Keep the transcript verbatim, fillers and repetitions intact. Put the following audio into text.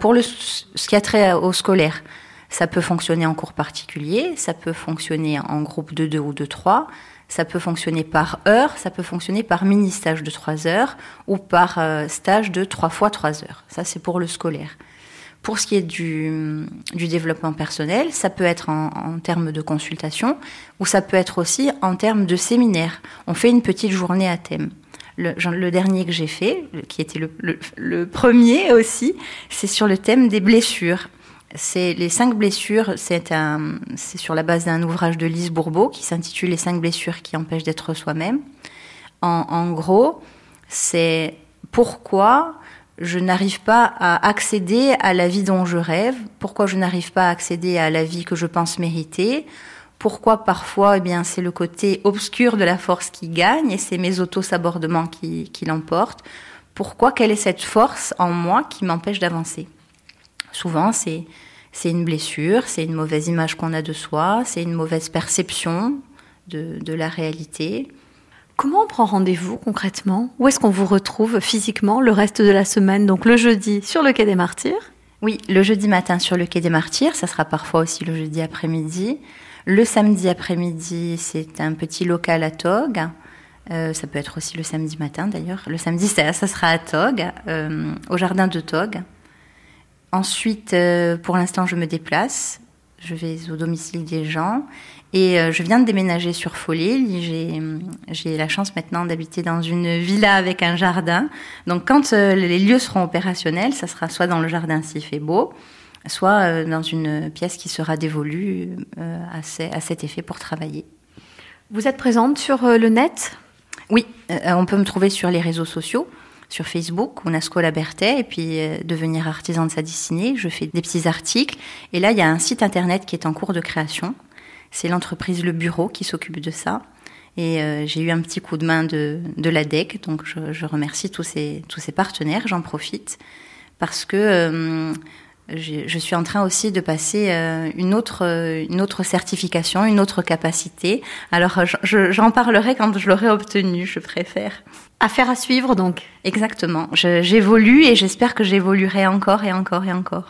pour le, ce qui a trait au scolaire, ça peut fonctionner en cours particulier, ça peut fonctionner en groupe de deux ou de trois, ça peut fonctionner par heure, ça peut fonctionner par mini-stage de trois heures ou par euh, stage de trois fois trois heures. Ça, c'est pour le scolaire. Pour ce qui est du, du développement personnel, ça peut être en, en termes de consultation ou ça peut être aussi en termes de séminaire. On fait une petite journée à thème. Le, le dernier que j'ai fait, qui était le, le, le premier aussi, c'est sur le thème des blessures. C'est les cinq blessures, c'est, un, c'est sur la base d'un ouvrage de Lise Bourbeau qui s'intitule « Les cinq blessures qui empêchent d'être soi-même ». En, en gros, c'est pourquoi je n'arrive pas à accéder à la vie dont je rêve, pourquoi je n'arrive pas à accéder à la vie que je pense mériter, pourquoi parfois eh bien, c'est le côté obscur de la force qui gagne et c'est mes auto-sabordements qui, qui l'emportent, pourquoi, quelle est cette force en moi qui m'empêche d'avancer. Souvent, c'est, c'est une blessure, c'est une mauvaise image qu'on a de soi, c'est une mauvaise perception de, de la réalité. Comment on prend rendez-vous concrètement ? Où est-ce qu'on vous retrouve physiquement le reste de la semaine ? Donc le jeudi sur le Quai des Martyrs ? Oui, le jeudi matin sur le Quai des Martyrs, ça sera parfois aussi le jeudi après-midi. Le samedi après-midi, c'est un petit local à Toghes. Euh, ça peut être aussi le samedi matin d'ailleurs. Le samedi, ça, ça sera à Toghes, euh, au jardin de Toghes. Ensuite, euh, pour l'instant, je me déplace. Je vais au domicile des gens. Et euh, je viens de déménager sur Folly. J'ai, j'ai la chance maintenant d'habiter dans une villa avec un jardin. Donc, quand euh, les lieux seront opérationnels, ça sera soit dans le jardin s'il fait beau, soit euh, dans une pièce qui sera dévolue euh, à, ces, à cet effet pour travailler. Vous êtes présente sur euh, le net ? Oui, euh, on peut me trouver sur les réseaux sociaux. Sur Facebook, Ounasco Labertet, et puis euh, devenir artisan de sa dessinée. Je fais des petits articles. Et là, il y a un site internet qui est en cours de création. C'est l'entreprise Le Bureau qui s'occupe de ça. Et euh, j'ai eu un petit coup de main de, de l'A D E C, donc je, je remercie tous ces, tous ces partenaires. J'en profite parce que euh, je, je suis en train aussi de passer euh, une autre, une autre certification, une autre capacité. Alors, je, j'en parlerai quand je l'aurai obtenue, je préfère. Affaire à suivre, donc. Exactement. Je, j'évolue et j'espère que j'évoluerai encore et encore et encore.